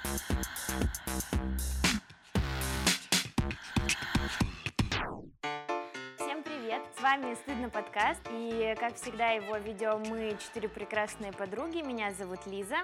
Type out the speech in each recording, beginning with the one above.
Всем привет! С вами «Стыдно» подкаст, и, как всегда, его ведем мы, 4 прекрасные подруги. Меня зовут Лиза,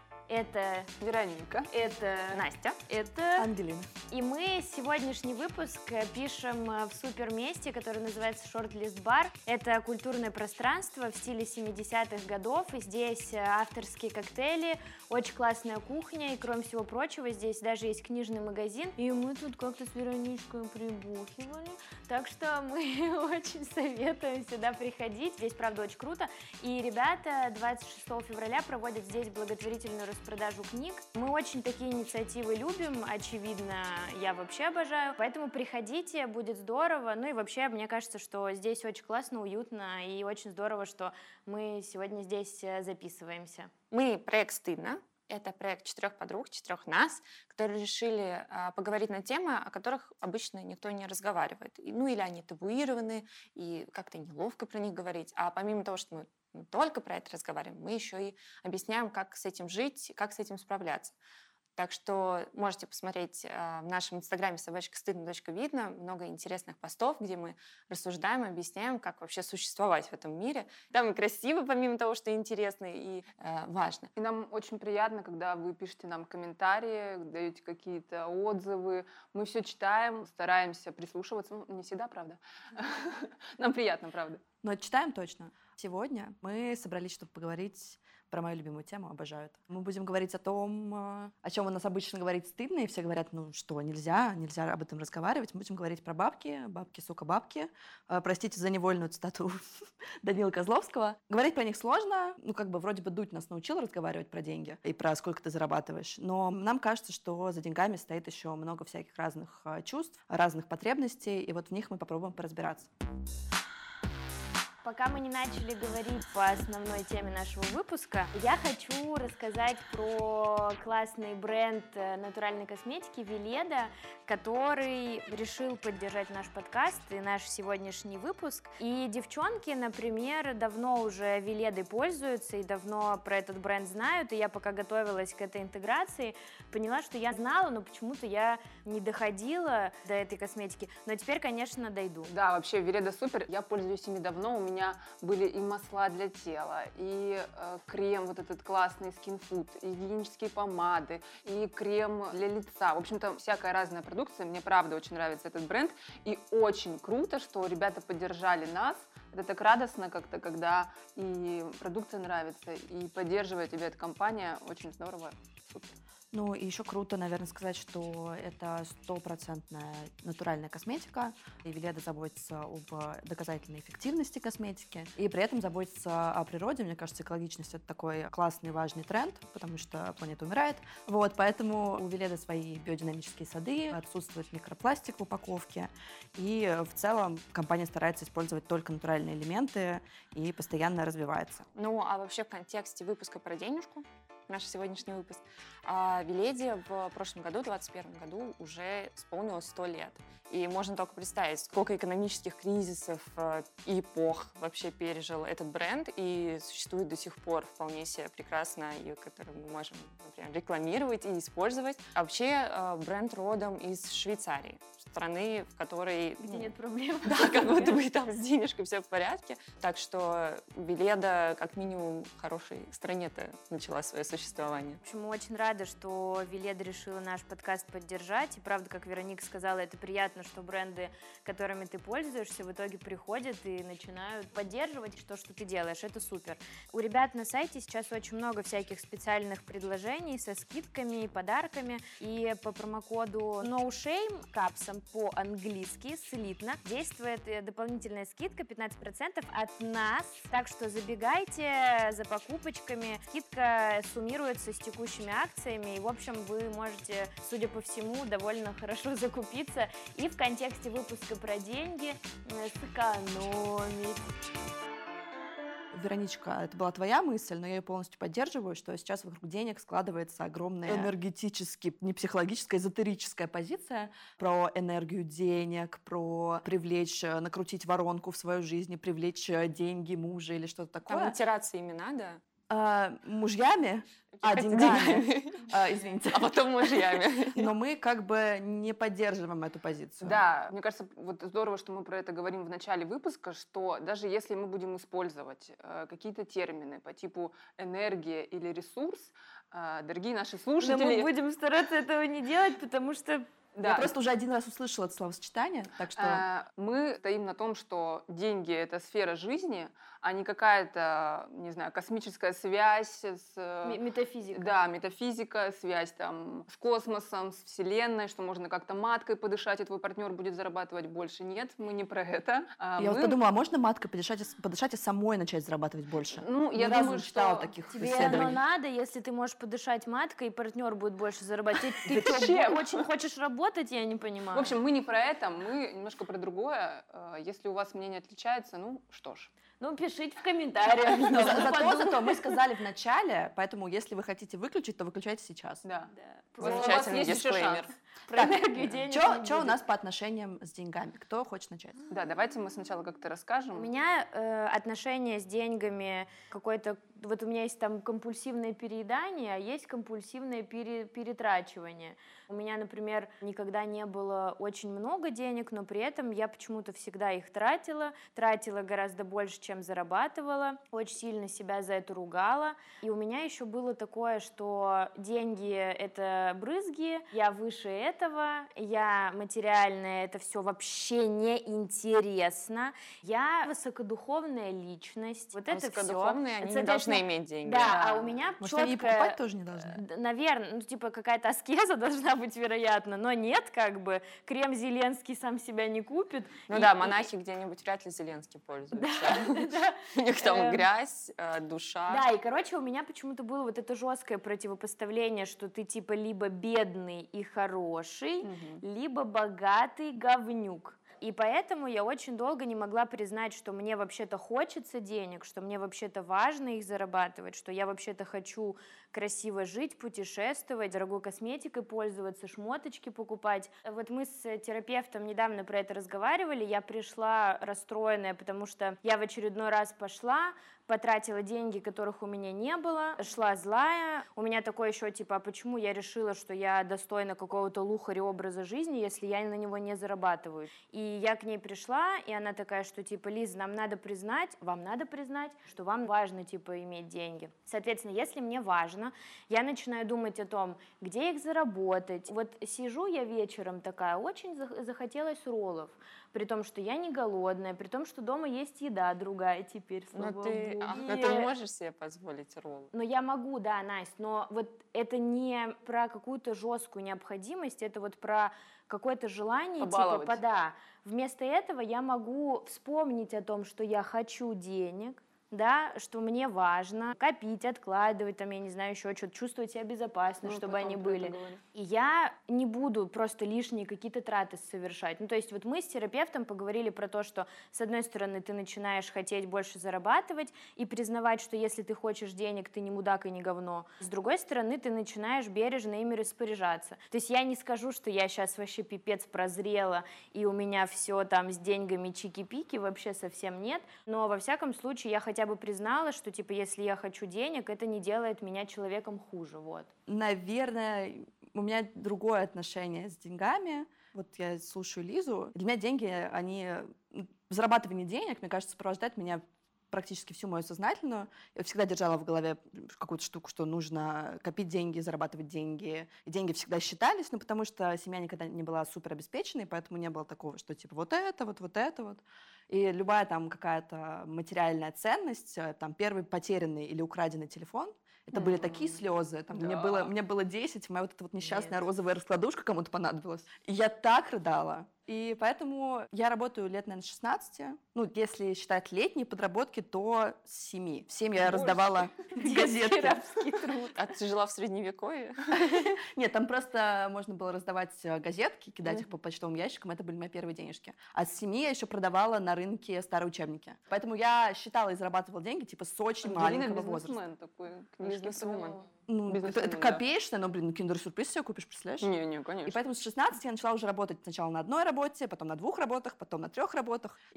это Вероника. это Настя. это... Ангелина. И мы сегодняшний выпуск пишем в супер месте, которое называется Shortlist Bar. Это культурное пространство в стиле 70-х годов, и здесь авторские коктейли, очень классная кухня, и, кроме всего прочего, здесь даже есть книжный магазин. И мы тут как-то с Вероничкой прибухивали, так что мы очень советуем сюда приходить. Здесь, правда, очень круто. И ребята 26 февраля проводят здесь благотворительную распродажу книг. Мы очень такие инициативы любим, очевидно, я вообще обожаю, поэтому приходите, будет здорово. Ну и вообще, мне кажется, что здесь очень классно, уютно, и очень здорово, что мы сегодня здесь записываемся. Мы проект «Стыдно». Это проект 4 подруг, 4 нас, которые решили поговорить на темы, о которых обычно никто не разговаривает. Ну или они табуированы, и как-то неловко про них говорить. А помимо того, что мы не только про это разговариваем, мы еще и объясняем, как с этим жить, как с этим справляться. Так что можете посмотреть в нашем инстаграме _стыдно.видно много интересных постов, где мы рассуждаем, объясняем, как вообще существовать в этом мире. Там и красиво, помимо того, что интересно и важно. И нам очень приятно, когда вы пишете нам комментарии, даете какие-то отзывы. Мы все читаем, стараемся прислушиваться. Ну, не всегда, правда. Нам приятно, правда. Но читаем точно. Сегодня мы собрались, чтобы поговорить про мою любимую тему, обожаю это. Мы будем говорить о том, о чем у нас обычно говорить стыдно, и все говорят, ну что, нельзя об этом разговаривать. Мы будем говорить про бабки, сука, бабки. Простите за невольную цитату Данила Козловского. Говорить про них сложно, вроде бы Дудь нас научил разговаривать про деньги и про сколько ты зарабатываешь, но нам кажется, что за деньгами стоит еще много всяких разных чувств, разных потребностей, и вот в них мы попробуем поразбираться. Пока мы не начали говорить по основной теме нашего выпуска, я хочу рассказать про классный бренд натуральной косметики Веледа, который решил поддержать наш подкаст и наш сегодняшний выпуск. И девчонки, например, давно уже Веледой пользуются и давно про этот бренд знают. И я пока готовилась к этой интеграции, поняла, что я знала, но почему-то я не доходила до этой косметики. Но теперь, конечно, дойду. Да, вообще Веледа супер. Я пользуюсь ими давно. У меня были и масла для тела, и крем вот этот классный Skin Food, и гигиенические помады, и крем для лица. В общем-то, всякая разная продукция. Мне правда очень нравится этот бренд. И очень круто, что ребята поддержали нас. Это так радостно как-то, когда и продукция нравится, и поддерживает тебя эта компания. Очень здорово. Супер. Ну и еще круто, наверное, сказать, что это 100% натуральная косметика, и Веледа заботится об доказательной эффективности косметики, и при этом заботится о природе. Мне кажется, экологичность — это такой классный, важный тренд, потому что планета умирает. Вот, поэтому у Веледа свои биодинамические сады, отсутствует микропластик в упаковке, и в целом компания старается использовать только натуральные элементы и постоянно развивается. Ну, а вообще в контексте выпуска про денежку, наш сегодняшний выпуск, Веледе в прошлом году, в 2021 году, уже исполнилось 100 лет. И можно только представить, сколько экономических кризисов и эпох вообще пережил этот бренд и существует до сих пор вполне себе прекрасно, и который мы можем, например, рекламировать и использовать. А вообще бренд родом из Швейцарии, страны, в которой... Где нет проблем. Да, как будто бы там с денежкой все в порядке. Так что Веледа, как минимум, в хорошей стране-то начала свое существование. В общем, мы очень рады, что Веледа решила наш подкаст поддержать. И правда, как Вероника сказала, это приятно, что бренды, которыми ты пользуешься, в итоге приходят и начинают поддерживать то, что ты делаешь. Это супер. У ребят на сайте сейчас очень много всяких специальных предложений со скидками и подарками. И по промокоду NoShame, капсом по-английски, слитно, действует дополнительная скидка 15% от нас. Так что забегайте за покупочками. Скидка суммируется с текущими акциями. И, в общем, вы можете, судя по всему, довольно хорошо закупиться и в контексте выпуска про деньги сэкономить. Вероничка, это была твоя мысль, но я ее полностью поддерживаю, что сейчас вокруг денег складывается огромная энергетически, не психологическая, эзотерическая позиция про энергию денег, про привлечь, накрутить воронку в свою жизнь, привлечь деньги мужа или что-то такое. Там натираться ими надо? Мужьями деньгами. Извините. А потом мужьями. Но мы как бы не поддерживаем эту позицию. Да, мне кажется, вот здорово, что мы про это говорим в начале выпуска, что даже если мы будем использовать какие-то термины по типу энергия или ресурс, дорогие наши Но мы слушатели... будем стараться этого не делать, потому что... Я просто уже один раз услышала это словосочетание, так что... Мы стоим на том, что деньги — это сфера жизни, а не какая-то, не знаю, космическая связь с... Метафизика. Да, метафизика, связь там с космосом, с Вселенной, что можно как-то маткой подышать, и твой партнер будет зарабатывать больше. Нет, мы не про это. Я вот подумала, а можно маткой подышать и самой начать зарабатывать больше? Ну, я Ни разу думаю, не читала что таких Тебе исследований. оно надо, если ты можешь подышать маткой, и партнер будет больше зарабатывать. Ты Зачем? очень хочешь работать, я не понимаю. В общем, мы не про это, мы немножко про другое. Если у вас мнение отличается, ну что ж. Ну, пишите в комментариях. Зато мы сказали в начале, поэтому если вы хотите выключить, то выключайте сейчас. Да. Да. Замечательный дисклеймер. Про энергию денег не Что у будет. нас по отношениям с деньгами? Кто хочет начать? Да, давайте мы сначала как-то расскажем. У меня отношения с деньгами какой-то... Вот у меня есть там компульсивное переедание, а есть компульсивное перетрачивание. У меня, например, никогда не было очень много денег, но при этом я почему-то всегда их тратила гораздо больше, чем зарабатывала, очень сильно себя за это ругала. И у меня еще было такое, что деньги — это брызги, я выше этого, я материальная, это все вообще не интересно, я высокодуховная личность. Вот это все. Высокодуховные, они не должны иметь деньги. Да, а у меня Может, они и чёткая, покупать тоже не должны? наверное, ну, типа какая-то аскеза должна быть, вероятно, но нет, как бы, крем Зеленский сам себя не купит. Ну да, монахи где-нибудь вряд ли Зеленский пользуются. У них там грязь, душа. Да, и, короче, у меня почему-то было вот это жесткое противопоставление, что ты, типа, либо бедный и хороший, либо богатый говнюк. И поэтому я очень долго не могла признать, что мне вообще-то хочется денег, что мне вообще-то важно их зарабатывать, что я вообще-то хочу красиво жить, путешествовать, дорогой косметикой пользоваться, шмоточки покупать. Вот мы с терапевтом недавно про это разговаривали, я пришла расстроенная, потому что я в очередной раз пошла, потратила деньги, которых у меня не было, шла злая. У меня такое еще, типа, а почему я решила, что я достойна какого-то лухаря образа жизни, если я на него не зарабатываю? И я к ней пришла, и она такая, что, типа, Лиза, нам надо признать, вам надо признать, что вам важно, типа, иметь деньги. Соответственно, если мне важно, я начинаю думать о том, где их заработать. Вот сижу я вечером такая, очень захотелось роллов, при том, что я не голодная, при том, что дома есть еда другая теперь, слава богу. Но ты можешь себе позволить ролл. Но я могу, да, Настя, но вот это не про какую-то жесткую необходимость, это вот про какое-то желание, Побаловать. типа, да. Вместо этого я могу вспомнить о том, что я хочу денег, да, что мне важно копить, откладывать, там, я не знаю, еще что-то, чувствовать себя безопасно, чтобы они были. И я не буду просто лишние какие-то траты совершать. Ну, то есть вот мы с терапевтом поговорили про то, что, с одной стороны, ты начинаешь хотеть больше зарабатывать и признавать, что если ты хочешь денег, ты не мудак и не говно. С другой стороны, ты начинаешь бережно ими распоряжаться. То есть я не скажу, что я сейчас вообще пипец прозрела, и у меня все там с деньгами чики-пики, вообще совсем нет. Но, во всяком случае, я хотя бы признала, что, типа, если я хочу денег, это не делает меня человеком хуже, вот. Наверное, у меня другое отношение с деньгами. Вот я слушаю Лизу. Для меня деньги, зарабатывание денег, мне кажется, сопровождает меня практически всю мою сознательную. Я всегда держала в голове какую-то штуку, что нужно копить деньги, зарабатывать деньги. И деньги всегда считались, потому что семья никогда не была супер обеспеченной, поэтому не было такого, что типа вот это вот. И любая там какая-то материальная ценность, там первый потерянный или украденный телефон, это были такие слезы. Там, Да. мне было 10, моя вот эта вот несчастная розовая раскладушка кому-то понадобилась. И я так рыдала. И поэтому я работаю лет, наверное, с 16. Ну, если считать летние подработки, то с 7. В 7 я раздавала газеты. Рабский труд. А ты жила в Средневековье? Нет, там просто можно было раздавать газетки, кидать их по почтовым ящикам. Это были мои первые денежки. А с 7 я еще продавала на рынке старые учебники. Поэтому я считала и зарабатывала деньги типа с очень маленького возраста. Бизнесмен такой, книжки Бизнесвумен. продавал. Ну, Бизнесмен, это да. копеечное, но, киндер-сюрприз себе купишь, представляешь? Не, И конечно. поэтому с 16 я начала уже работать сначала на одной работе, потом на 2 работах, потом на 3 работах. И как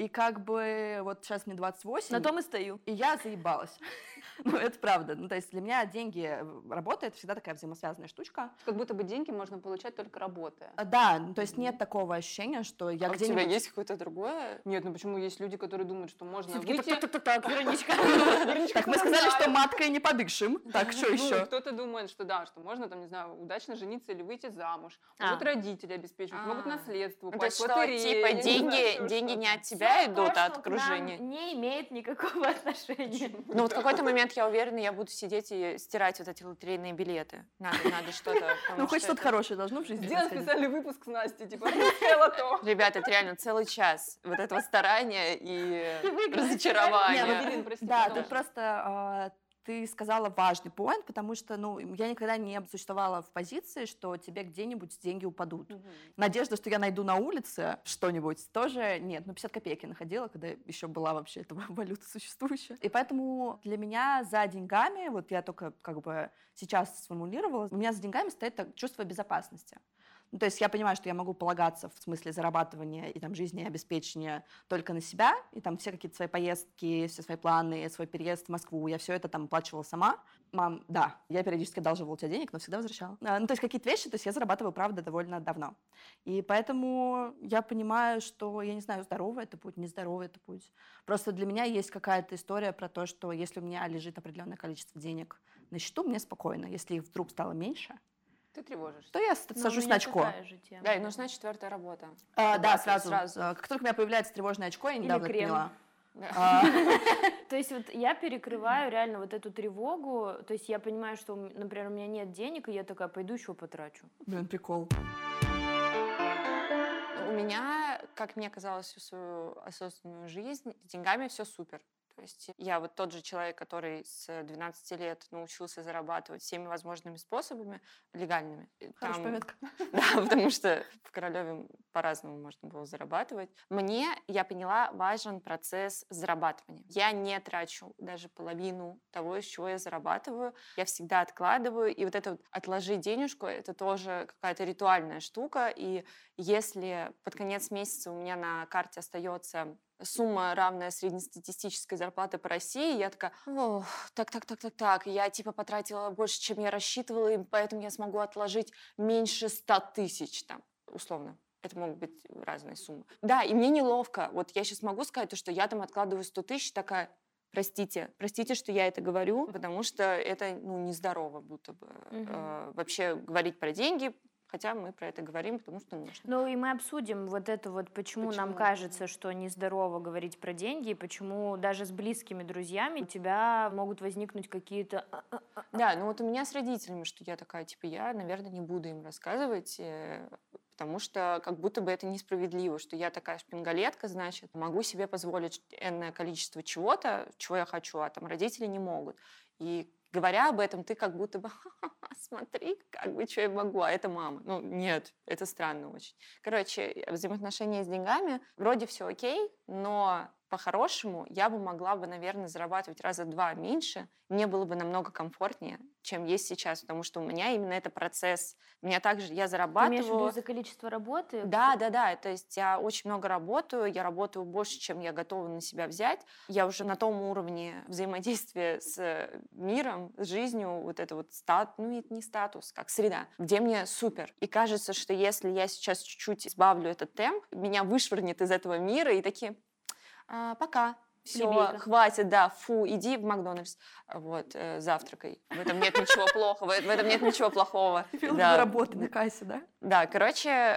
бы вот сейчас мне 28. На том и стою. И я заебалась. Ну, это правда. Ну, то есть для меня деньги, работа — это всегда такая взаимосвязанная штучка. Как будто бы деньги можно получать только работая. Да, ну, то есть нет такого ощущения, что я у где-нибудь... тебя есть какое-то другое? Нет, ну почему есть люди, которые думают, что можно Все-таки выйти... так, Вероничка. Так, мы сказали, что маткой не подышим. Так, что Ну, еще? кто-то думает, что да, что можно, там, не знаю, удачно жениться или выйти замуж. А. Могут родители обеспечивать, могут наследство То упасть, есть что, лотерея, типа, я не знаю, еще деньги что-то. не от тебя идут, а То, от что к нам окружения? не имеет никакого отношения. Ну вот в какой-то момент, я уверена, я буду сидеть и стирать вот эти лотерейные билеты. Надо что-то. Ну, хоть что-то хорошее должно в жизни Сделаем происходить. специальный выпуск с Настей, типа, русское лото. Ребята, это реально целый час вот этого старания и Не, ну, разочарования. Ирин, прости, Да, пожалуйста. тут просто ты сказала важный поинт, потому что, ну, я никогда не существовала в позиции, что тебе где-нибудь деньги упадут. Надежда, что я найду на улице что-нибудь, тоже нет. Ну, 50 копеек я находила, когда еще была вообще эта валюта существующая. И поэтому для меня за деньгами, вот я только как бы сейчас сформулировала, у меня за деньгами стоит чувство безопасности. Ну, то есть я понимаю, что я могу полагаться в смысле зарабатывания и там жизнеобеспечения только на себя, и там все какие-то свои поездки, все свои планы, свой переезд в Москву, я все это там оплачивала сама. Мам, да, я периодически одалживала у тебя денег, но всегда возвращала. Ну, то есть какие-то вещи, то есть я зарабатываю, правда, довольно давно. И поэтому я понимаю, что, я не знаю, здоровый это путь, нездоровый это путь. Просто для меня есть какая-то история про то, что если у меня лежит определенное количество денег на счету, мне спокойно. Если их вдруг стало меньше, Ты тревожишься. то я Ну, сажусь у на меня очко. такая же тема. Да, и нужна 4-я работа. Да, сразу. сразу. Как только у меня появляется тревожное очко, я Или недавно это крем. поняла. Да. То есть вот я перекрываю реально вот эту тревогу, то есть я понимаю, что, например, у меня нет денег, и я такая, пойду еще потрачу. Блин, прикол. У меня, как мне казалось, всю свою осознанную жизнь, с деньгами все супер. То есть я вот тот же человек, который с 12 лет научился зарабатывать всеми возможными способами легальными. Хорошая пометка. Да, потому что в Королеве по-разному можно было зарабатывать. Я поняла, важен процесс зарабатывания. Я не трачу даже половину того, из чего я зарабатываю. Я всегда откладываю. И вот это вот отложить денежку, это тоже какая-то ритуальная штука. И если под конец месяца у меня на карте остается сумма, равная среднестатистической зарплаты по России, я такая, так, я типа потратила больше, чем я рассчитывала, и поэтому я смогу отложить меньше 100 тысяч там, условно. Это могут быть разные суммы. Да, и мне неловко. Вот я сейчас могу сказать, что я там откладываю 100 тысяч, такая, простите, что я это говорю, потому что это, нездорово будто бы. Вообще говорить про деньги, хотя мы про это говорим, потому что нужно. Ну и мы обсудим вот это вот, почему нам кажется, что нездорово говорить про деньги, и почему даже с близкими друзьями у тебя могут возникнуть какие-то... Да, ну вот у меня с родителями, что я такая, типа, я, наверное, не буду им рассказывать, потому что как будто бы это несправедливо, что я такая шпингалетка, значит, могу себе позволить энное количество чего-то, чего я хочу, а там родители не могут. И говоря об этом, ты как будто бы, смотри, как бы, что я могу, а это мама. Ну, нет, это странно очень. Короче, взаимоотношения с деньгами, вроде все окей, но по-хорошему я бы могла бы, наверное, зарабатывать раза в 2 меньше. Мне было бы намного комфортнее, чем есть сейчас, потому что у меня именно это процесс. Я Ты зарабатываю... имеешь в виду из-за количества работы? Да. То есть я очень много работаю, я работаю больше, чем я готова на себя взять. Я уже на том уровне взаимодействия с миром, с жизнью, вот это вот не статус, как среда, где мне супер. И кажется, что если я сейчас чуть-чуть избавлю этот темп, меня вышвырнет из этого мира и такие, пока. Все, хватит, да, иди в Макдональдс, завтракай. В этом нет ничего плохого, в этом нет ничего плохого. Да. Работы на кассе, да? Да, короче,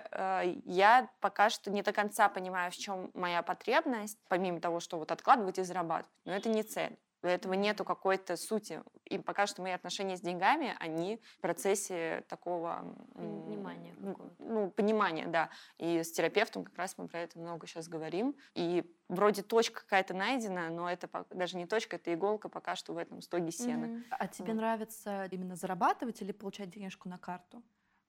я пока что не до конца понимаю, в чем моя потребность, помимо того, что вот откладывать и зарабатывать. Но это не цель. У этого нету какой-то сути. И пока что мои отношения с деньгами, они в процессе такого... Понимания понимания, да. И с терапевтом как раз мы про это много сейчас говорим. И вроде точка какая-то найдена, но это даже не точка, это иголка пока что в этом стоге сена. А тебе нравится именно зарабатывать или получать денежку на карту?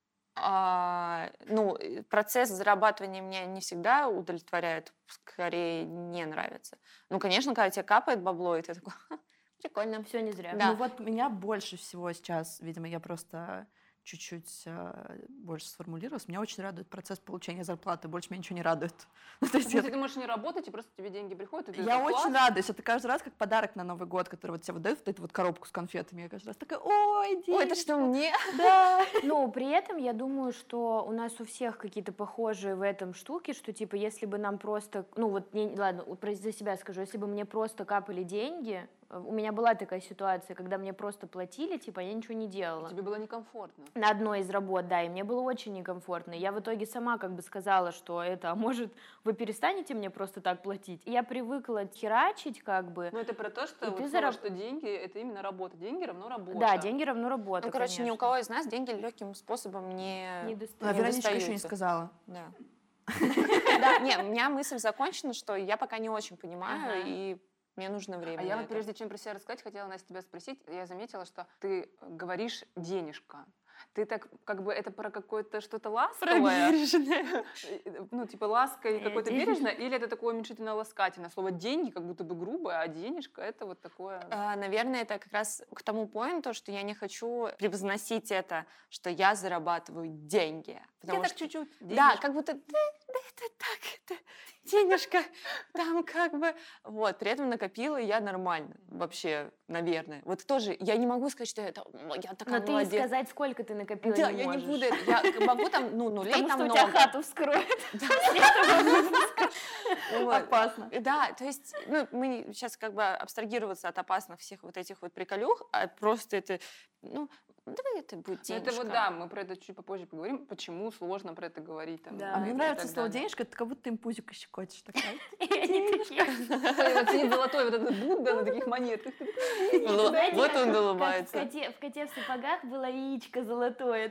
Процесс зарабатывания меня не всегда удовлетворяет, скорее не нравится. Ну, конечно, когда тебе капает бабло, и ты такой, прикольно. Все не зря. Да. Ну вот меня больше всего сейчас, видимо, я просто чуть-чуть больше сформулировалась. Меня очень радует процесс получения зарплаты, больше меня ничего не радует. То есть ты можешь не работать, и просто тебе деньги приходят, и ты я очень радуюсь. Это каждый раз как подарок на Новый год, который вот тебе выдают, вот эту вот коробку с конфетами. Я каждый раз такая, ой, деньги. Ой, это что, мне? Да. Ну, при этом я думаю, что у нас у всех какие-то похожие в этом штуки, что, типа, если бы нам просто, ну, вот, ладно, за себя скажу, если бы мне просто капали деньги, у меня была такая ситуация, когда мне просто платили, типа, я ничего не делала. Тебе было некомфортно. На одной из работ, да, и мне было очень некомфортно. Я в итоге сама как бы сказала, что это, а может, вы перестанете мне просто так платить? И я привыкла херачить как бы. Ну, это про то, что, вот что деньги — это именно работа. Деньги равно работа. Да, деньги равно работа, Ну, короче, конечно. ни у кого из нас деньги легким способом не достаются. А Вероничка еще не сказала. Да. Да, не, у меня мысль закончена, что я пока не очень понимаю, и мне нужно время. А я вот прежде чем про себя рассказать, хотела, Настя, тебя спросить. Я заметила, что ты говоришь «денежка». Ты так, как бы, это про какое-то что-то ласковое? Про бережное. Ну, типа ласка и какое-то бережное? Или это такое уменьшительно-ласкательное? Слово «деньги» как будто бы грубое, а «денежка» — это вот такое... Наверное, это как раз к тому поинту, что я не хочу превозносить это, что я зарабатываю деньги. Я так чуть-чуть. Да, как будто... это так, это денежка, там как бы... Вот, при этом накопила я нормально, вообще, наверное. Вот тоже, я не могу сказать, что это... Я такая молодец. молодец. Ты сказать, сколько ты накопила, да, не я можешь. не буду это. Я могу там, ну, нулей Потому там что много. у тебя хату вскроют. Опасно. Да, то есть, ну, мы сейчас как бы абстрагироваться от опасных всех вот этих вот приколюх, а просто это, ну, давай это будет денежка. Это вот, да, мы про это чуть попозже поговорим, почему сложно про это говорить. Там, Да. А мне нравится слово «денежка», это как будто ты им пузико щекочешь. Такая. И они такие... Вот сидит золотой вот этот Будда на таких монетках. Знаете, Вот как- он как улыбается. в коте в сапогах было яичко золотое.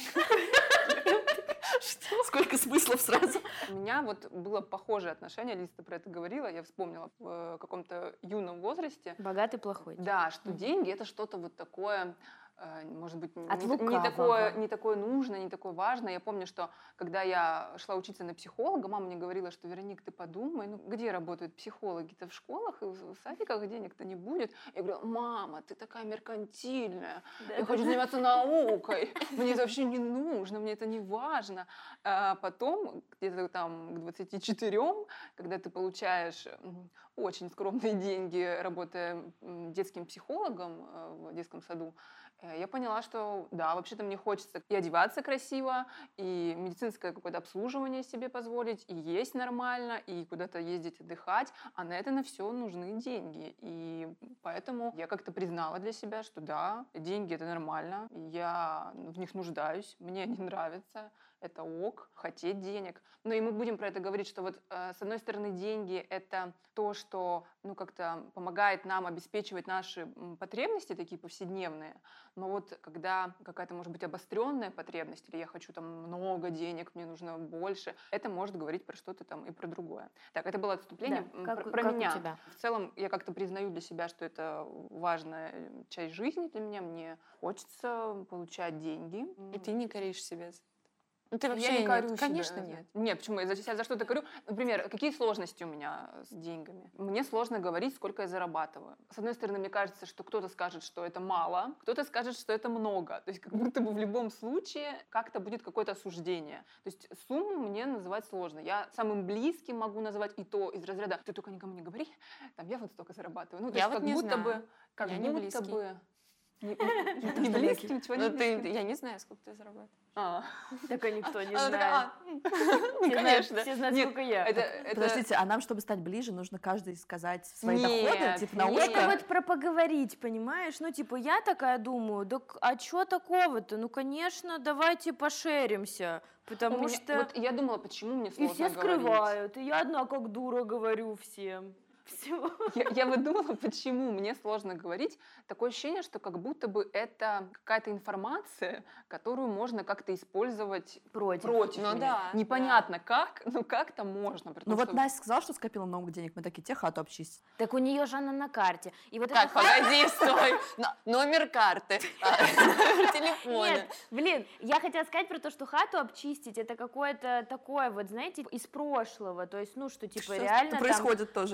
Сколько смыслов сразу. У меня вот было похожее отношение, Лиза, ты про это говорила, я вспомнила в каком-то юном возрасте. Богатый плохой. Да, что деньги — это что-то вот такое, может быть, От не лукавого. такое нужное, не такое важное. Я помню, что когда я шла учиться на психолога, мама мне говорила, что, Вероник, ты подумай, ну где работают психологи-то в школах и в садиках денег-то не будет. Я говорю, мама, ты такая меркантильная, я хочу заниматься наукой, мне это вообще не нужно, мне это не важно. А потом, где-то там к 24, когда ты получаешь очень скромные деньги, работая детским психологом в детском саду, я поняла, что да, вообще-то мне хочется и одеваться красиво, и медицинское какое-то обслуживание себе позволить, и есть нормально, и куда-то ездить отдыхать, а на это на все нужны деньги. И поэтому я как-то признала для себя, что да, деньги — это нормально, я в них нуждаюсь, мне они нравятся, это ок, хотеть денег. Но и мы будем про это говорить, что вот с одной стороны деньги — это то, что ну, как-то помогает нам обеспечивать наши потребности такие повседневные, но вот когда какая-то может быть обостренная потребность, или я хочу там много денег, мне нужно больше, это может говорить про что-то там и про другое. Так, это было отступление про как меня. у тебя? В целом я как-то признаю для себя, что это важная часть жизни для меня. Мне хочется получать деньги. И ты не коришь себя. Ну, ты вообще Я не корю себя. Конечно, нет. Нет, почему? Я за себя за что-то корю. Например, какие сложности у меня с деньгами? Мне сложно говорить, сколько я зарабатываю. С одной стороны, мне кажется, что кто-то скажет, что это мало, кто-то скажет, что это много. То есть как будто бы в любом случае как-то будет какое-то осуждение. То есть сумму мне называть сложно. Я самым близким могу назвать и то из разряда «ты только никому не говори, там я вот столько зарабатываю». Ну, то Я есть вот как не будто знаю. бы... Как Я не будто близкий. бы... Не близким, чего не Ну, близким? я не знаю, сколько ты зарабатываешь. Так и никто не Она знает. такая, Все конечно. Все знают, Нет, сколько я. Подождите, а нам, чтобы стать ближе, нужно каждый сказать свои Нет, доходы, типа на нет. ушко? Это вот про поговорить, понимаешь? Ну, типа, я такая думаю, да а чё такого-то? Ну, конечно, давайте пошеримся, потому что... Вот я думала, почему мне И сложно все говорить. скрывают, и я одна как дура говорю всем. Все. Я вот думала, почему мне сложно говорить. Такое ощущение, что как будто бы это какая-то информация, которую можно как-то использовать Против. меня. да, Непонятно как, но как-то можно. При Ну том, вот что- Настя сказала, что скопила много денег, мы такие, те хату обчистить. Так у нее же она на карте. И вот Так, это погоди, стой. Номер карты, номер телефона. Нет, блин, я хотела сказать про то, что хату обчистить, это какое-то такое вот, знаете, из прошлого, то есть, ну, что, типа, Что реально там... происходит тоже, Так, Лиза? там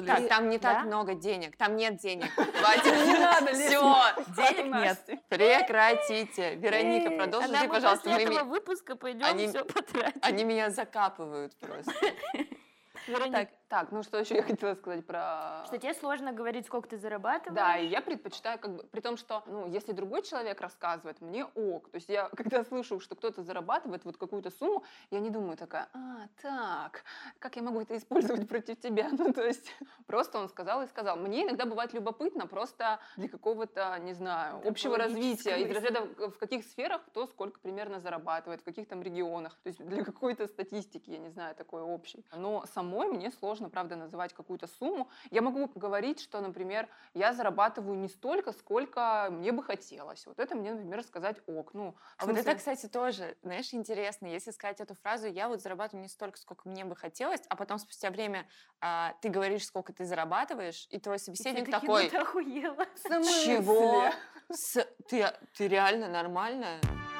Там не Да? так много денег, там нет денег. Хватит. Не надо лезть. Все, Денег нет. прекратите. Вероника, продолжи Она ты, бы пожалуйста. после мы этого ми- выпуска пойдем Они- все потратим. Они меня закапывают просто. Вероника, Так, ну что еще я хотела сказать про... что тебе сложно говорить, сколько ты зарабатываешь? Да, и я предпочитаю, как бы, при том, что, ну, если другой человек рассказывает, мне ок. То есть я, когда слышу, что кто-то зарабатывает вот какую-то сумму, я не думаю такая, так, как я могу это использовать против тебя? Ну, то есть просто он сказал и сказал. Мне иногда бывает любопытно просто для какого-то, не знаю, общего развития. Из разряда в каких сферах кто сколько примерно зарабатывает, в каких там регионах. То есть для какой-то статистики, я не знаю, такой общей. Но самой мне сложно, правда, называть какую-то сумму. Я могу говорить, что, например, я зарабатываю не столько, сколько мне бы хотелось. Вот это мне, например, сказать ок. Ну, А вот это, кстати, тоже, знаешь, интересно, если сказать эту фразу, я вот зарабатываю не столько, сколько мне бы хотелось, а потом спустя время ты говоришь, сколько ты зарабатываешь, и твой собеседник такой, Ты охуела. чего? Ты реально нормальная?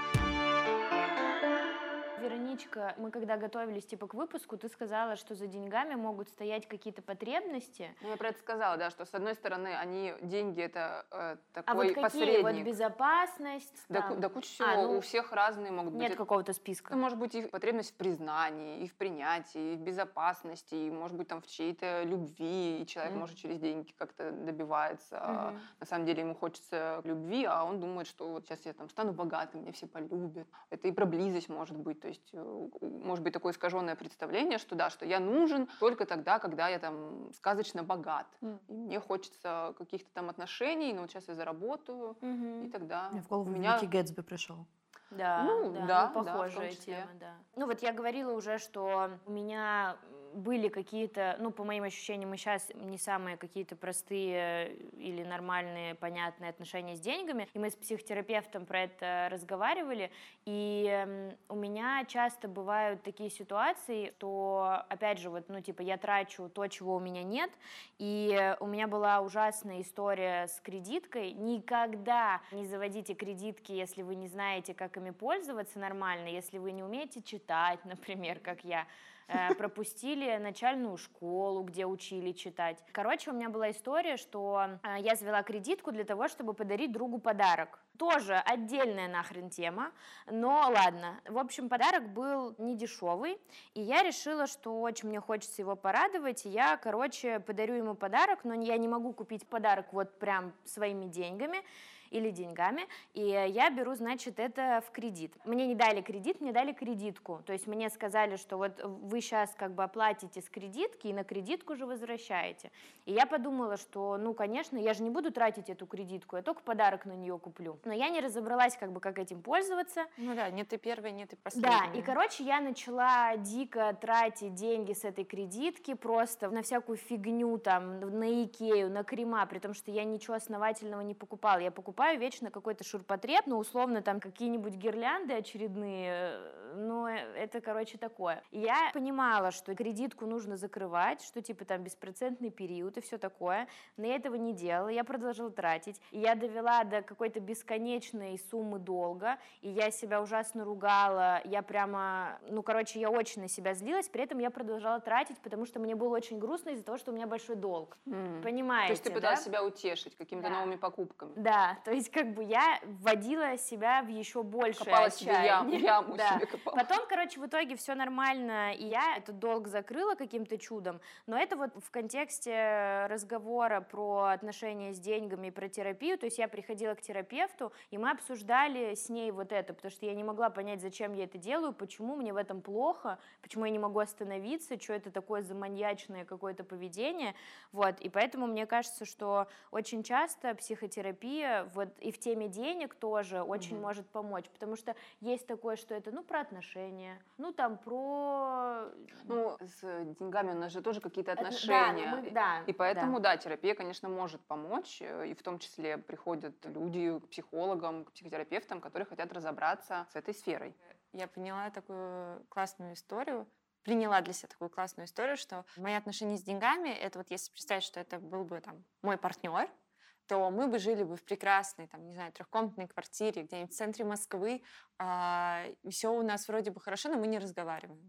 Вероничка, мы когда готовились типа к выпуску, ты сказала, что за деньгами могут стоять какие-то потребности. ну, я про это сказала, да, что с одной стороны, деньги это А такой вот какие? посредник. Вот безопасность, Да, там, да куча всего, у всех разные могут быть. нет какого-то списка. Это может быть и потребность в признании, и в принятии, и в безопасности, и, может быть, там в чьей-то любви, и человек, может, через деньги как-то добивается. А на самом деле ему хочется любви, а он думает, что вот сейчас я там стану богатым, меня все полюбят. Это и про близость может быть. То есть может быть такое искаженное представление, что да, что я нужен только тогда, когда я там сказочно богат. И мне хочется каких-то там отношений, но вот сейчас я заработаю, и тогда Мне в голову у меня... Вики Гэтсби пришел. Да, Ну, да, да, ну, да, в похожая том числе. тема, да. Ну вот я говорила уже, что у меня были какие-то, ну, по моим ощущениям, и сейчас не самые какие-то простые или нормальные, понятные отношения с деньгами. И мы с психотерапевтом про это разговаривали. И у меня часто бывают такие ситуации, что, опять же, вот, ну, типа, я трачу то, чего у меня нет. И у меня была ужасная история с кредиткой. Никогда не заводите кредитки, если вы не знаете, как ими пользоваться нормально, если вы не умеете читать, например, как я. Пропустили начальную школу, где учили читать. Короче, у меня была история, что я завела кредитку для того, чтобы подарить другу подарок. Тоже отдельная нахрен тема, но ладно. В общем, подарок был не дешевый, и я решила, что очень мне хочется его порадовать, и я, короче, подарю ему подарок, но я не могу купить подарок вот прям своими деньгами, или деньгами, и я беру, значит, это в кредит. Мне не дали кредит, мне дали кредитку, то есть мне сказали, что вот вы сейчас как бы оплатите с кредитки и на кредитку же возвращаете. И я подумала, что, ну, конечно, я же не буду тратить эту кредитку, я только подарок на нее куплю. Но я не разобралась, как бы, как этим пользоваться. Ну да, не ты первая, не ты последняя. Да, и, короче, я начала дико тратить деньги с этой кредитки просто на всякую фигню, там, на Икею, на крема, при том, что я ничего основательного не покупала. Я покупаю вечно какой-то шурпотреб, ну, условно, там, какие-нибудь гирлянды очередные, но это, короче, такое. И я понимала, что кредитку нужно закрывать, что, типа, там, беспроцентный период и все такое, но я этого не делала, я продолжала тратить, и я довела до какой-то бесконечной суммы долга, и я себя ужасно ругала, я прямо, ну, короче, я очень на себя злилась, при этом я продолжала тратить, потому что мне было очень грустно из-за того, что у меня большой долг. Понимаете, То есть ты пыталась себя утешить какими-то новыми покупками. Да, то есть как бы я вводила себя в еще большее Копала себе отчаяние. яму Да. себе копала. Потом, короче, в итоге все нормально, и я этот долг закрыла каким-то чудом, но это вот в контексте разговора про отношения с деньгами и про терапию, то есть я приходила к терапевту, и мы обсуждали с ней вот это, потому что я не могла понять, зачем я это делаю, почему мне в этом плохо, почему я не могу остановиться, что это такое за маньячное какое-то поведение, вот, и поэтому мне кажется, что очень часто психотерапия вот и в теме денег тоже очень может помочь, потому что есть такое, что это, ну, про отношения, ну, там, про... Ну, с деньгами у нас же тоже какие-то Да, отношения. ну, да, И поэтому, да, терапия, конечно, может помочь. И в том числе приходят люди к психологам, к психотерапевтам, которые хотят разобраться с этой сферой. Я поняла такую классную историю, приняла для себя такую классную историю, что мои отношения с деньгами, это вот если представить, что это был бы там мой партнер, то мы бы жили бы в прекрасной, там, не знаю, трехкомнатной квартире где-нибудь в центре Москвы, и все у нас вроде бы хорошо, но мы не разговариваем.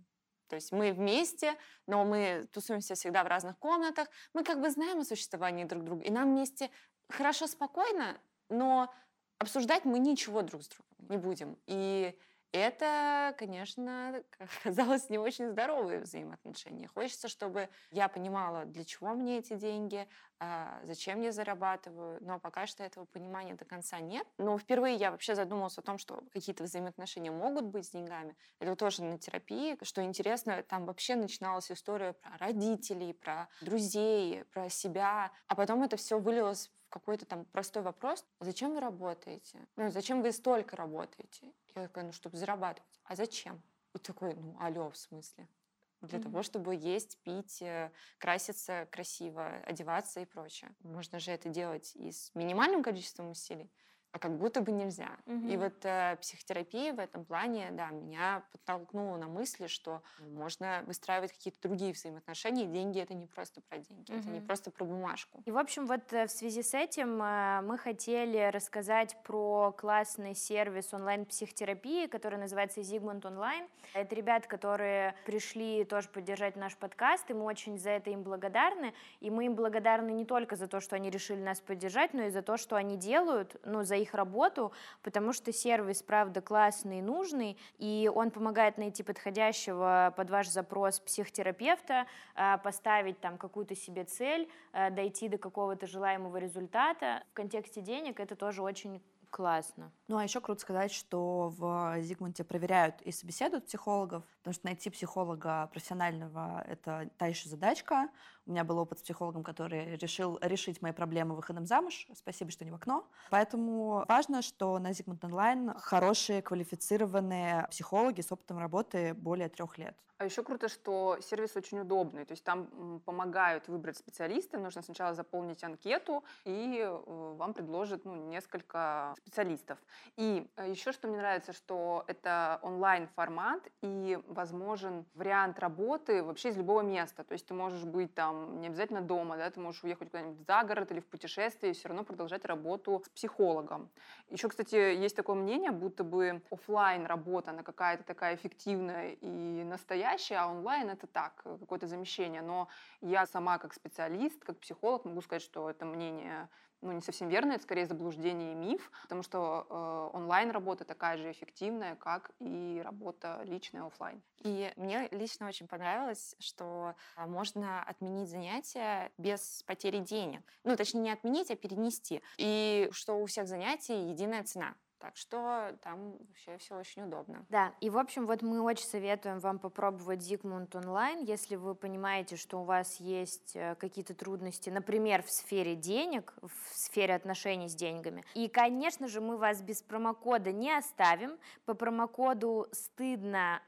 То есть мы вместе, но мы тусуемся всегда в разных комнатах. Мы как бы знаем о существовании друг друга, и нам вместе хорошо, спокойно, но обсуждать мы ничего друг с другом не будем. И это, конечно, как оказалось, не очень здоровые взаимоотношения. Хочется, чтобы я понимала, для чего мне эти деньги, зачем я зарабатываю, но пока что этого понимания до конца нет. Но впервые я вообще задумалась о том, что какие-то взаимоотношения могут быть с деньгами. Это тоже на терапии. Что интересно, там вообще начиналась история про родителей, про друзей, про себя. А потом это все вылилось в какой-то там простой вопрос: зачем вы работаете? Ну, зачем вы столько работаете? Я такая: ну, чтобы зарабатывать. А зачем? И такой: ну, алло, в смысле? Для того, чтобы есть, пить, краситься красиво, одеваться и прочее. Можно же это делать и с минимальным количеством усилий, а как будто бы нельзя. И вот психотерапия в этом плане, да, меня подтолкнула на мысли, что можно выстраивать какие-то другие взаимоотношения, и деньги — это не просто про деньги, это не просто про бумажку. И, в общем, вот в связи с этим мы хотели рассказать про классный сервис онлайн-психотерапии, который называется Zigmund Online. Это ребята, которые пришли тоже поддержать наш подкаст, и мы очень за это им благодарны. И мы им благодарны не только за то, что они решили нас поддержать, но и за то, что они делают, ну, за их работу, потому что сервис, правда, классный и нужный, и он помогает найти подходящего под ваш запрос психотерапевта, поставить там какую-то себе цель, дойти до какого-то желаемого результата. В контексте денег это тоже очень классно. Ну, а еще круто сказать, что в Зигмунте проверяют и собеседуют психологов, потому что найти психолога профессионального — это та еще задачка. У меня был опыт с психологом, который решил решить мои проблемы выходом замуж. Спасибо, что не в окно. Поэтому важно, что на Zigmund Online хорошие, квалифицированные психологи с опытом работы более 3 лет. А еще круто, что сервис очень удобный. То есть там помогают выбрать специалиста. Нужно сначала заполнить анкету, и вам предложат несколько специалистов. И еще что мне нравится, что это онлайн-формат, и возможен вариант работы вообще из любого места. То есть ты можешь быть там не обязательно дома, да, ты можешь уехать куда-нибудь за город или в путешествие и все равно продолжать работу с психологом. Еще, кстати, есть такое мнение, будто бы офлайн работа, она какая-то такая эффективная и настоящая, а онлайн — это так, какое-то замещение. Но я сама как специалист, как психолог могу сказать, что это мнение не совсем верно, это скорее заблуждение и миф, потому что онлайн-работа такая же эффективная, как и работа личная офлайн. И мне лично очень понравилось, что можно отменить занятия без потери денег. Ну, точнее, не отменить, а перенести. И что у всех занятий единая цена. Так что там вообще все очень удобно. Да, и в общем, вот мы очень советуем вам попробовать Zigmund Online, если вы понимаете, что у вас есть какие-то трудности, например, в сфере денег, в сфере отношений с деньгами. И, конечно же, мы вас без промокода не оставим. По промокоду «Стыдно»,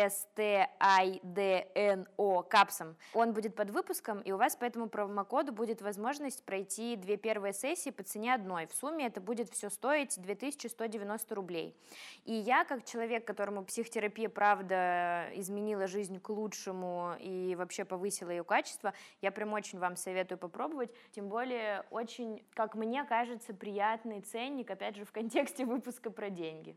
STIDNO капсом. Он будет под выпуском, и у вас по этому промокоду будет возможность пройти 2 первые сессии по цене одной. В сумме это будет все стоить 2190 рублей. И я, как человек, которому психотерапия, правда, изменила жизнь к лучшему и вообще повысила ее качество, я прям очень вам советую попробовать. Тем более очень, как мне кажется, приятный ценник, опять же, в контексте выпуска про деньги.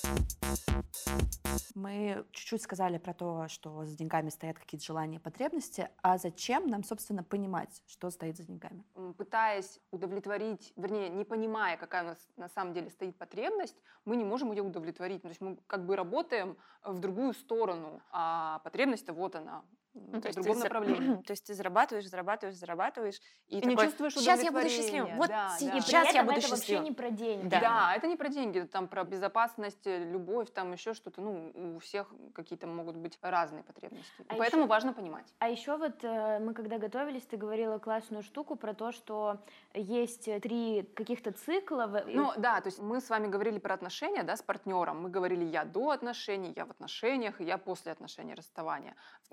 Мы чуть-чуть сказали про то, что за деньгами стоят какие-то желания и потребности, а зачем нам, собственно, понимать, что стоит за деньгами? Пытаясь удовлетворить, вернее, не понимая, какая у нас на самом деле стоит потребность, мы не можем ее удовлетворить. То есть мы как бы работаем в другую сторону, а потребность-то вот она. То в есть другом направлении. То есть ты зарабатываешь, и не такой: чувствуешь сейчас я буду счастливым. удовлетворения. Вот Да, да. И сейчас при я этом буду это вообще счастливым. не про деньги. Да, это не про деньги, это там про безопасность, любовь, там еще что-то. У всех какие-то могут быть разные потребности. А Поэтому важно понимать. А еще вот мы когда готовились, ты говорила классную штуку про то, что есть 3 каких-то цикла. Да, то есть мы с вами говорили про отношения, да, с партнером. Мы говорили: я до отношений, я в отношениях, и я после отношений, расставания. Это какой-то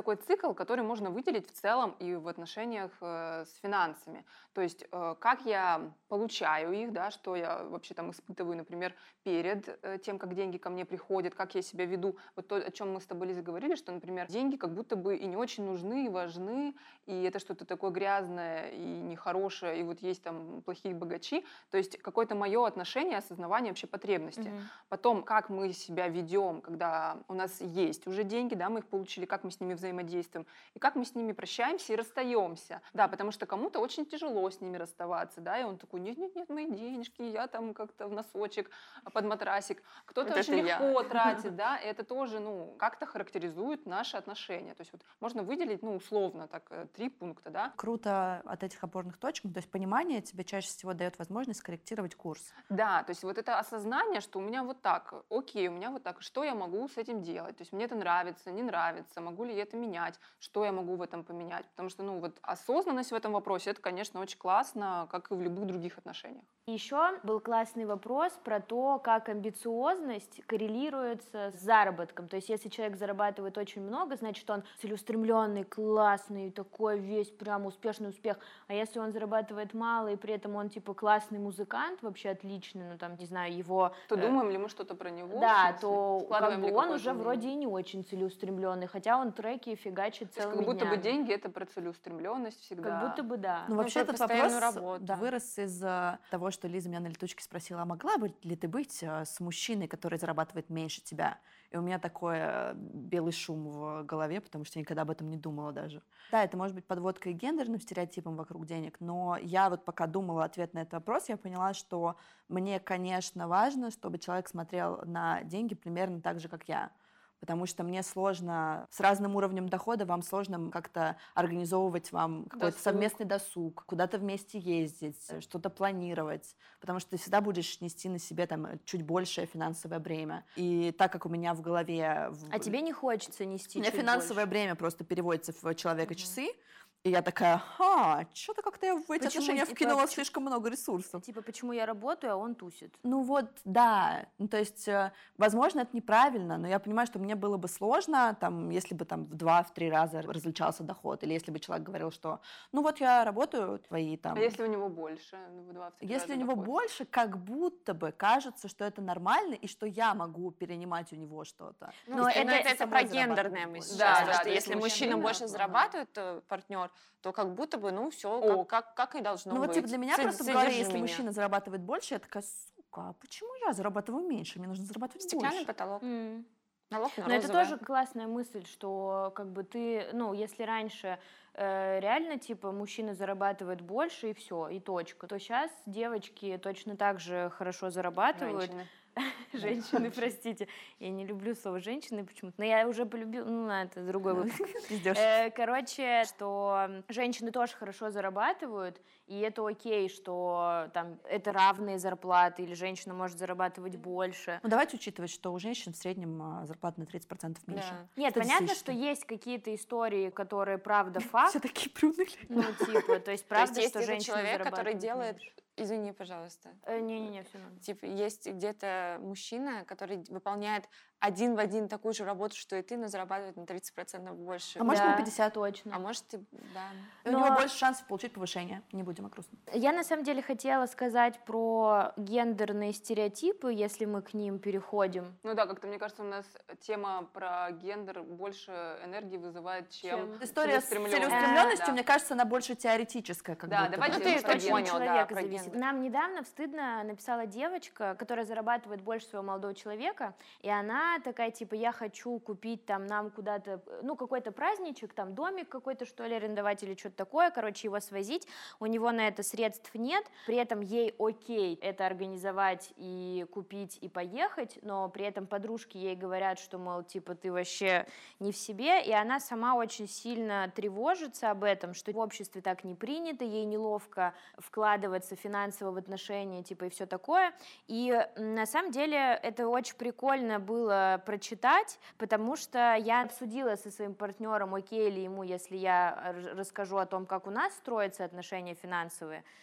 такой цикл, который можно выделить в целом и в отношениях с финансами. То есть как я получаю их, да, что я вообще там испытываю, например, перед тем, как деньги ко мне приходят, как я себя веду. Вот то, о чем мы с тобой, Лиза, говорили, что, например, деньги как будто бы и не очень нужны, и важны, и это что-то такое грязное и нехорошее, и вот есть там плохие богачи. То есть какое-то мое отношение, осознавание вообще потребности. Потом, как мы себя ведем, когда у нас есть уже деньги, да, мы их получили, как мы с ними взаимодействуем, и как мы с ними прощаемся и расстаемся. Да, потому что кому-то очень тяжело с ними расставаться, да, и он такой, нет-нет-нет, мои денежки, я там как-то в носочек, под матрасик. Кто-то Вот очень это я. легко тратит, да, и это тоже, ну, как-то характеризует наши отношения. То есть вот можно выделить, ну, условно, так, 3 пункта, да. Круто от этих опорных точек, то есть понимание тебе чаще всего дает возможность скорректировать курс. Да, то есть вот это осознание, что у меня вот так, окей, у меня вот так, что я могу с этим делать? То есть мне это нравится, не нравится, могу ли я это менять, что я могу в этом поменять? Потому что, ну, вот осознанность в этом вопросе, это, конечно, очень классно, как и в любых других отношениях. Еще был классный вопрос про то, как амбициозность коррелируется с заработком. То есть если человек зарабатывает очень много, значит, он целеустремленный, классный, такой весь прям успешный успех. А если он зарабатывает мало, и при этом он типа классный музыкант, вообще отличный, ну там, не знаю, его... То думаем ли мы что-то про него? Да, в смысле? то как Вкладываем бы ли он какое-то уже мнение? вроде и не очень целеустремленный, хотя он треки фигачит То есть целыми как будто бы днями. деньги — это про целеустремленность всегда. Как будто бы да. Ну, вообще про этот постоянную вопрос работу. вырос из того, что Лиза меня на летучке спросила, а могла бы ли ты быть с мужчиной, который зарабатывает меньше тебя? И у меня такой белый шум в голове, потому что я никогда об этом не думала даже. Да, это может быть подводкой к гендерным стереотипам вокруг денег, но я вот пока думала ответ на этот вопрос, я поняла, что мне, конечно, важно, чтобы человек смотрел на деньги примерно так же, как я. Потому что мне сложно, с разным уровнем дохода вам сложно как-то организовывать вам какой-то Досуг. совместный досуг, куда-то вместе ездить, что-то планировать, потому что ты всегда будешь нести на себе там чуть большее финансовое бремя. И так как у меня в голове... А тебе не хочется нести У меня чуть финансовое больше? бремя просто переводится в человека-часы, и я такая, что-то как-то я в эти Почему, отношения типа, вкинула почему- слишком много ресурсов. Типа, почему я работаю, а он тусит? Ну вот, да. Ну, то есть, возможно, это неправильно, но я понимаю, что мне было бы сложно, там, если бы там в 2-3 раза различался доход, или если бы человек говорил, что, ну вот я работаю, твои там... А если у него больше? Ну, в 2-3 Если раза у него доход. больше, как будто бы кажется, что это нормально, и что я могу перенимать у него что-то. Но Если это- она это самой про гендерное зарабатывает мы больше. сейчас. Да, потому да, что то есть если мужчина, мужчина больше ага. зарабатывает, партнер, то как будто бы, ну, все, О. как и должно Ну быть. вот типа для меня просто в Содержи голове, если меня. мужчина зарабатывает больше, я такая, сука, а почему я зарабатываю меньше? Мне нужно зарабатывать Стеклянный больше. потолок. М. Налог на Но это розовое. тоже классная мысль, что как бы ты, ну, если раньше реально, типа, мужчина зарабатывает больше и все, и точка, то сейчас девочки точно так же хорошо зарабатывают. Женщины. Женщины, простите. Я не люблю слово «женщины» почему-то, но я уже полюбила, ну, это другой выпуск. Пиздёж. Короче, что женщины тоже хорошо зарабатывают, и это окей, что там это равные зарплаты, или женщина может зарабатывать больше. Ну давайте учитывать, что у женщин в среднем зарплата на 30% меньше. Да. Нет, понятно, Статистически. что есть какие-то истории, которые правда факт, Все такие приуныли. ну, типа, то есть правда, есть что этот женщины человек, который зарабатывают делает... меньше. Извини, пожалуйста. Не-не-не, все нормально. Типа, есть где-то мужчина, который выполняет один в один такую же работу, что и ты, но зарабатывает на 30% больше. А может, Да, на 50. точно. А может, и... Да. И у Но- него больше шансов получить повышение. Не будем о грустном. Я на самом деле хотела сказать про гендерные стереотипы, если мы к ним переходим. Ну да, как-то, мне кажется, у нас тема про гендер больше энергии вызывает, чем История с целеустремлённость. целеустремленностью, Да. мне кажется, она больше теоретическая. Как Да, будто давайте бы. Ну, ты про точно гендер. От понял, да, человека про зависит. гендер. Нам недавно стыдно написала девочка, которая зарабатывает больше своего молодого человека, и она такая, типа, я хочу купить там нам куда-то, ну, какой-то праздничек, там, домик какой-то, что ли, арендовать или что-то такое, короче, его свозить, у него на это средств нет, при этом ей окей это организовать и купить и поехать, но при этом подружки ей говорят, что, мол, типа, ты вообще не в себе, и она сама очень сильно тревожится об этом, что в обществе так не принято, ей неловко вкладываться финансово в отношения, типа, и все такое. И на самом деле это очень прикольно было прочитать, потому что я обсудила со своим партнером, окей ли ему, если я расскажу о том, как у нас строятся отношения финансовые.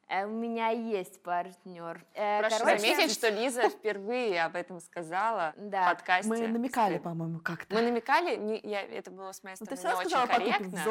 У меня есть партнер. Прошу заметить, что Лиза впервые об этом сказала в подкасте. Мы намекали, по-моему, как-то. Мы намекали, это было с моей стороны не очень корректно.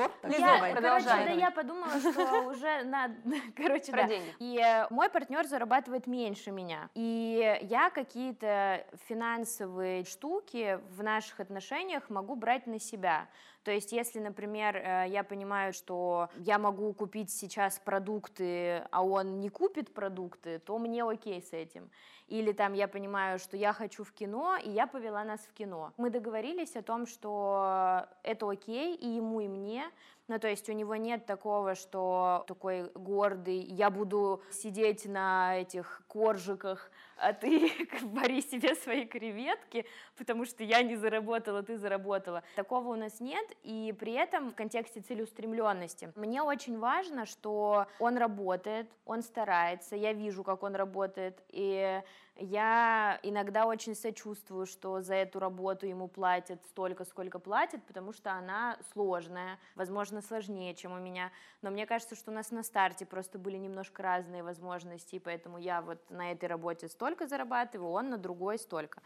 Я подумала, что уже надо... Короче, да. И мой партнер зарабатывает меньше меня. И я какие-то финансовые штуки в наших отношениях могу брать на себя. То есть, если, например, я понимаю, что я могу купить сейчас продукты, а он не купит продукты, то мне окей с этим. Или там я понимаю, что я хочу в кино, и я повела нас в кино. Мы договорились о том, что это окей и ему, и мне. Ну, то есть у него нет такого, что такой гордый, я буду сидеть на этих коржиках, а ты вари себе свои креветки, потому что я не заработала, ты заработала. Такого у нас нет, и при этом в контексте целеустремленности мне очень важно, что он работает, он старается, я вижу, как он работает, и я иногда очень сочувствую, что за эту работу ему платят столько, сколько платят, потому что она сложная, возможно, сложнее, чем у меня. Но мне кажется, что у нас на старте просто были немножко разные возможности, и поэтому я вот на этой работе столько зарабатываю, он на другой столько.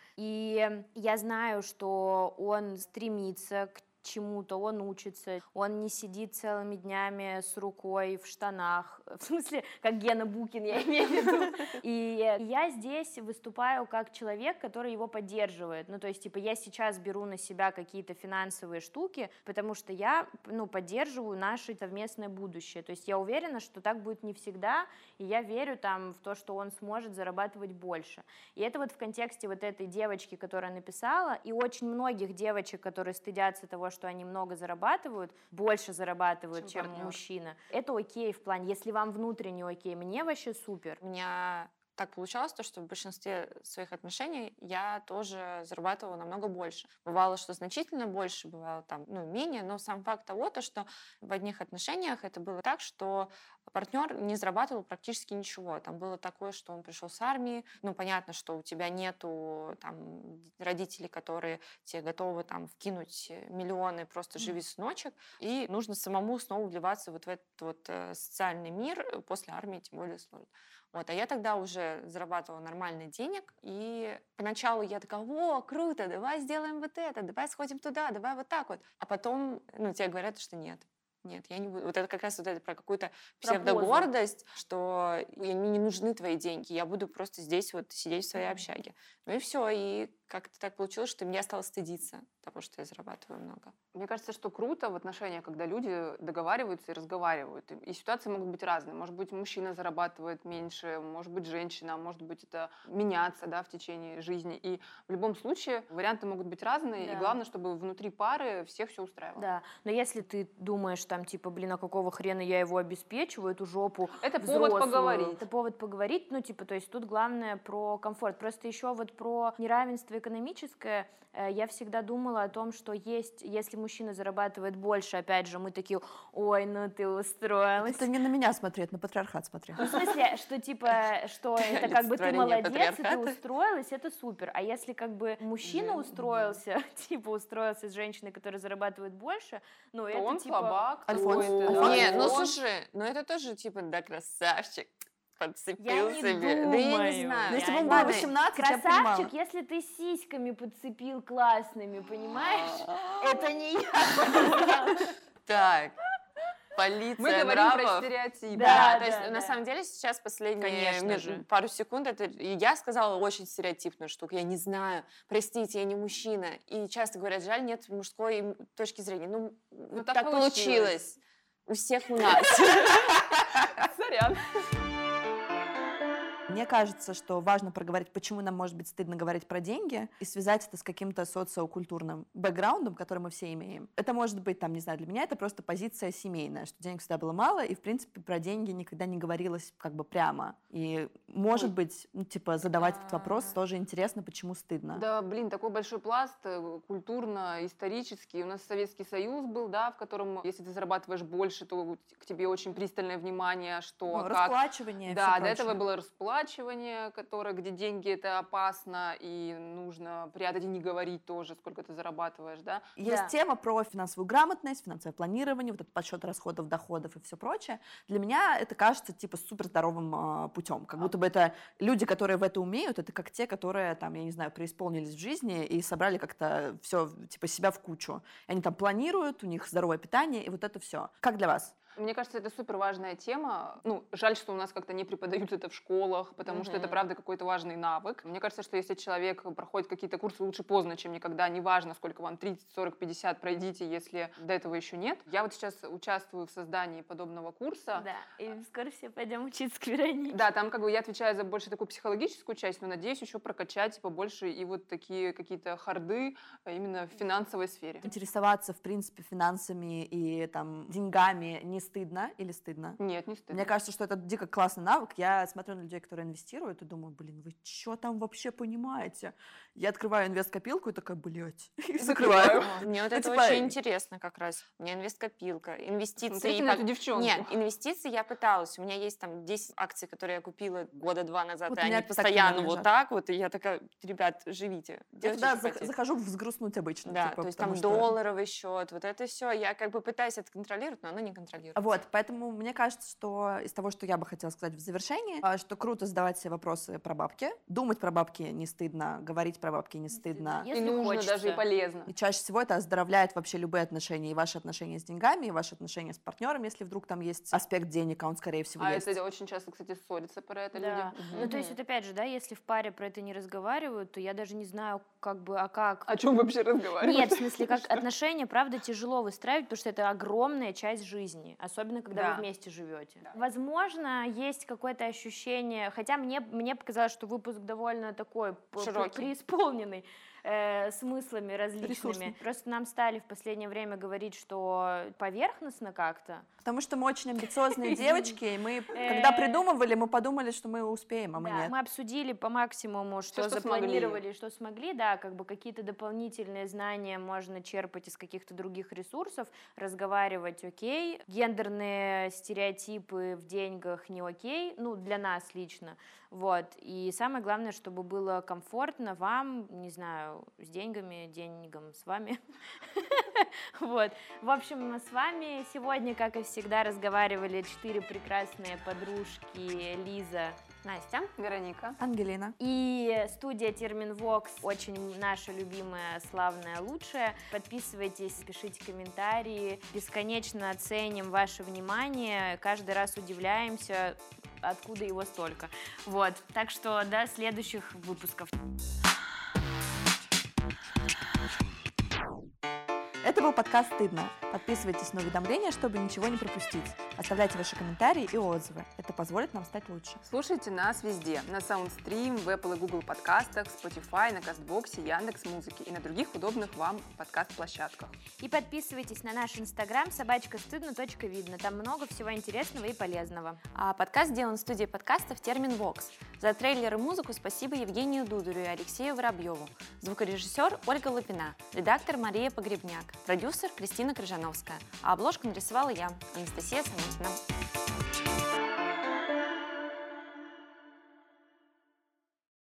И я знаю, что он стремится к чему-то, он учится, он не сидит целыми днями с рукой в штанах, в смысле, как Гена Букин, я имею в виду. И я здесь выступаю как человек, который его поддерживает. Ну, то есть, типа, я сейчас беру на себя какие-то финансовые штуки, потому что я, поддерживаю наше совместное будущее. То есть я уверена, что так будет не всегда, и я верю там в то, что он сможет зарабатывать больше. И это вот в контексте вот этой девочки, которая написала, и очень многих девочек, которые стыдятся того, что они много зарабатывают, больше зарабатывают, чем мужчина. Это окей в плане, если вам внутренне окей, мне вообще супер. У меня так получалось, что в большинстве своих отношений я тоже зарабатывала намного больше. Бывало, что значительно больше, бывало там, менее, но сам факт того, что в одних отношениях это было так, что партнер не зарабатывал практически ничего. Там было такое, что он пришел с армии, понятно, что у тебя нету там родителей, которые тебе готовы там вкинуть миллионы, просто живи сыночек, и нужно самому снова вливаться вот в этот вот социальный мир, после армии тем более сложно. Вот, а я тогда уже зарабатывала нормальный денег, и поначалу я такая: о, круто, давай сделаем вот это, давай сходим туда, давай вот так вот. А потом, тебе говорят, что нет, я не буду. Вот это как раз вот это про какую-то псевдогордость, что мне не нужны твои деньги, я буду просто здесь вот сидеть в своей общаге. Ну и все, и как-то так получилось, что мне стало стыдиться того, что я зарабатываю много. Мне кажется, что круто в отношениях, когда люди договариваются и разговаривают. И ситуации могут быть разные. Может быть, мужчина зарабатывает меньше, может быть, женщина, может быть, это меняться, в течение жизни. И в любом случае варианты могут быть разные. Да. И главное, чтобы внутри пары всех все устраивало. Да, но если ты думаешь, там, типа, а какого хрена я его обеспечиваю, эту жопу это взрослую, повод поговорить. Это повод поговорить, то есть тут главное про комфорт. Просто еще вот про неравенство экономическое, я всегда думала о том, что если мужчина зарабатывает больше, опять же, мы такие: ой, ты устроилась. Это не на меня смотреть, на патриархат смотреть. В смысле, что это как бы ты молодец, и ты устроилась, это супер. А если как бы мужчина устроился с женщиной, которая зарабатывает больше, то это он типа... слабак. Альфонс. Не, слушай, это тоже типа, красавчик. Подцепил себе. Думаю. Да я не знаю. Если бы ему было 18, красавчик, если ты сиськами подцепил классными, понимаешь? Это не я. Так. Полиция мы говорим про стереотипы. Да, то есть на самом деле сейчас последние пару секунд я сказала очень стереотипную штуку. Я не знаю, простите, я не мужчина. И часто говорят: жаль, нет мужской точки зрения. Так получилось. У всех у нас. Сорян. Мне кажется, что важно проговорить, почему нам может быть стыдно говорить про деньги, и связать это с каким-то социокультурным бэкграундом, который мы все имеем. Это может быть, для меня это просто позиция семейная, что денег всегда было мало, и, в принципе, про деньги никогда не говорилось как бы прямо. И, может быть, задавать этот вопрос тоже интересно, почему стыдно. Да, такой большой пласт культурно-исторический. У нас Советский Союз был, в котором, если ты зарабатываешь больше, то к тебе очень пристальное внимание, что... Расплачивание. Да, до этого было расплачивание, разоблачивание, где деньги это опасно и нужно прятать и не говорить тоже, сколько ты зарабатываешь, да? Есть тема про финансовую грамотность, финансовое планирование, вот этот подсчет расходов, доходов и все прочее. Для меня это кажется типа супер здоровым путем, как будто бы это люди, которые в это умеют, это как те, которые там, я не знаю, преисполнились в жизни и собрали как-то все типа себя в кучу. Они там планируют, у них здоровое питание и вот это все. Как для вас? Мне кажется, это супер важная тема. Ну, жаль, что у нас как-то не преподают это в школах, потому что это, правда, какой-то важный навык. Мне кажется, что если человек проходит какие-то курсы, лучше поздно, чем никогда. Неважно, сколько вам, 30, 40, 50 пройдите, если до этого еще нет. Я вот сейчас участвую в создании подобного курса. Да, и скоро все пойдем учиться к Веронике. Да, там как бы я отвечаю за больше такую психологическую часть, но надеюсь еще прокачать побольше и вот такие какие-то харды именно в финансовой сфере. Интересоваться, в принципе, финансами и там деньгами не стыдно или стыдно? Нет, не стыдно. Мне кажется, что это дико классный навык. Я смотрю на людей, которые инвестируют, и думаю, блин, вы что там вообще понимаете? Я открываю инвест-копилку и такая, блядь, и закрываю. Мне вот это очень интересно как раз. У меня инвест-копилка, инвестиции. Смотрите на эту девчонку. Нет, инвестиции я пыталась. У меня есть там 10 акций, которые я купила года 2 назад, Вот и они так постоянно и вот так вот. И я такая, ребят, живите. Я туда захожу взгрустнуть обычно. Да, типа, то есть там долларовый счет, вот это все. Я как бы пытаюсь это контролировать, но оно не контролируется. Вот, поэтому мне кажется, что из того, что я бы хотела сказать в завершении, что круто задавать себе вопросы про бабки, думать про бабки не стыдно, говорить про бабки не стыдно. И нужно даже и полезно. И чаще всего это оздоровляет вообще любые отношения, и ваши отношения с деньгами, и ваши отношения с партнером, если вдруг там есть аспект денег, а он, скорее всего, есть. Это очень часто, кстати, ссорятся про это люди. Ну, то есть, вот опять же, да, если в паре про это не разговаривают, то я даже не знаю, как бы, а как... О чем вообще разговаривать? Нет, в смысле, как отношения, правда, тяжело выстраивать, потому что это огромная часть жизни, особенно когда вы вместе живете. Да. Возможно, есть какое-то ощущение, хотя мне показалось, что выпуск довольно такой преисполненный смыслами различными. Ресурсный. Просто нам стали в последнее время говорить, что поверхностно как-то. Потому что мы очень амбициозные девочки, и мы, когда придумывали, мы подумали, что мы успеем, а мы нет. Мы обсудили по максимуму, что запланировали, что смогли, да, как бы какие-то дополнительные знания можно черпать из каких-то других ресурсов, разговаривать окей, гендерные стереотипы в деньгах не окей, ну, для нас лично, вот, и самое главное, чтобы было комфортно вам, не знаю, с деньгами, деньгам с вами, вот, в общем, с вами сегодня, как и всегда, разговаривали 4 прекрасные подружки: Лиза, Настя, Вероника, Ангелина. И студия Терминвокс, очень наша любимая, славная, лучшая. Подписывайтесь, пишите комментарии. Бесконечно ценим ваше внимание. Каждый раз удивляемся, откуда его столько. Вот. Так что до следующих выпусков. Это был подкаст «Стыдно». Подписывайтесь на уведомления, чтобы ничего не пропустить. Оставляйте ваши комментарии и отзывы. Это позволит нам стать лучше. Слушайте нас везде. На Soundstream, в Apple и Google подкастах, Spotify, на Кастбоксе, Яндекс.Музыке и на других удобных вам подкаст-площадках. И подписывайтесь на наш Инстаграм _стыдно.видно. Там много всего интересного и полезного. А подкаст сделан в студии подкастов Терминвокс. За трейлер и музыку спасибо Евгению Дударю и Алексею Воробьеву. Звукорежиссер Ольга Лапина. Редактор Мария Погребняк. Продюсер Кристина Крыжановская. А обложку нарисовала я, Анастасия Санютина.